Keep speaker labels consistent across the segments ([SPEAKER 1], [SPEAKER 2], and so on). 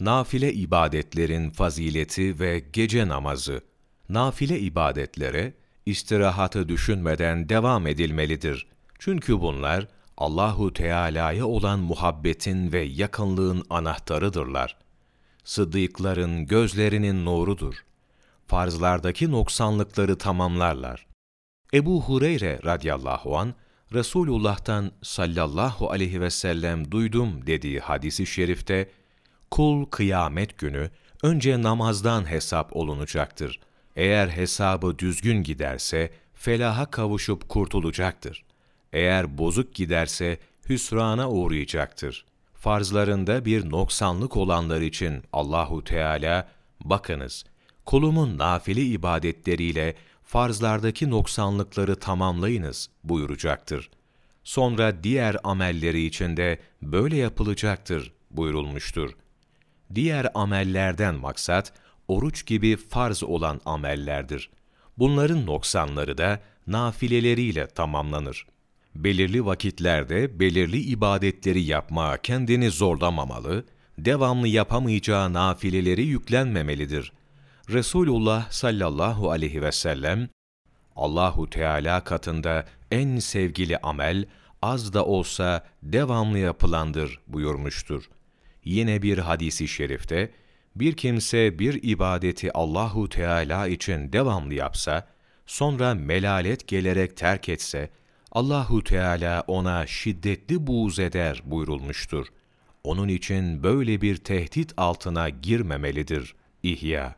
[SPEAKER 1] Nafile ibadetlerin fazileti ve gece namazı. Nafile ibadetlere istirahatı düşünmeden devam edilmelidir. Çünkü bunlar Allahu Teala'ya olan muhabbetin ve yakınlığın anahtarıdırlar. Sıddıkların gözlerinin nurudur. Farzlardaki noksanlıkları tamamlarlar. Ebu Hureyre radıyallahu an Resulullah'tan sallallahu aleyhi ve sellem duydum dediği hadisi şerifte, kul kıyamet günü önce namazdan hesap olunacaktır. Eğer hesabı düzgün giderse felaha kavuşup kurtulacaktır. Eğer bozuk giderse hüsrana uğrayacaktır. Farzlarında bir noksanlık olanlar için Allahu Teala, bakınız, kulumun nafile ibadetleriyle farzlardaki noksanlıkları tamamlayınız buyuracaktır. Sonra diğer amelleri için de böyle yapılacaktır buyurulmuştur. Diğer amellerden maksat, oruç gibi farz olan amellerdir. Bunların noksanları da nafileleriyle tamamlanır. Belirli vakitlerde belirli ibadetleri yapmaya kendini zorlamamalı, devamlı yapamayacağı nafileleri yüklenmemelidir. Resulullah sallallahu aleyhi ve sellem, Allahu Teala katında en sevgili amel, az da olsa devamlı yapılandır buyurmuştur. Yine bir hadisi şerifte, bir kimse bir ibadeti Allahu Teala için devamlı yapsa, sonra melalet gelerek terk etse, Allahu Teala ona şiddetli buğz eder buyurulmuştur. Onun için böyle bir tehdit altına girmemelidir. İhya.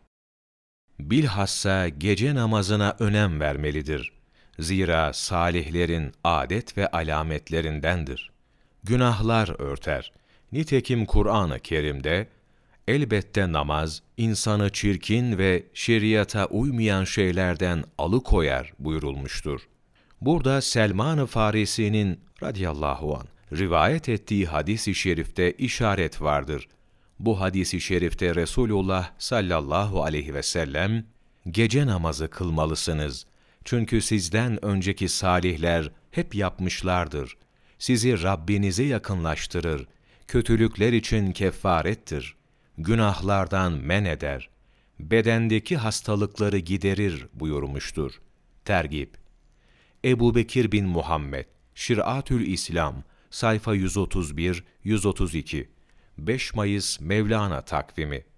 [SPEAKER 1] Bilhassa gece namazına önem vermelidir. Zira salihlerin adet ve alametlerindendir. Günahlar örter. Nitekim Kur'an-ı Kerim'de, elbette namaz, insanı çirkin ve şeriata uymayan şeylerden alıkoyar buyurulmuştur. Burada Selman-ı Farisi'nin radıyallahu anh rivayet ettiği hadis-i şerifte işaret vardır. Bu hadis-i şerifte Resulullah sallallahu aleyhi ve sellem, gece namazı kılmalısınız. Çünkü sizden önceki salihler hep yapmışlardır. Sizi Rabbinize yakınlaştırır. Kötülükler için kefarettir. Günahlardan men eder. Bedendeki hastalıkları giderir buyurmuştur. Tergib. Ebu Bekir bin Muhammed, Şir'atül İslam, sayfa 131-132, 5 Mayıs Mevlana takvimi.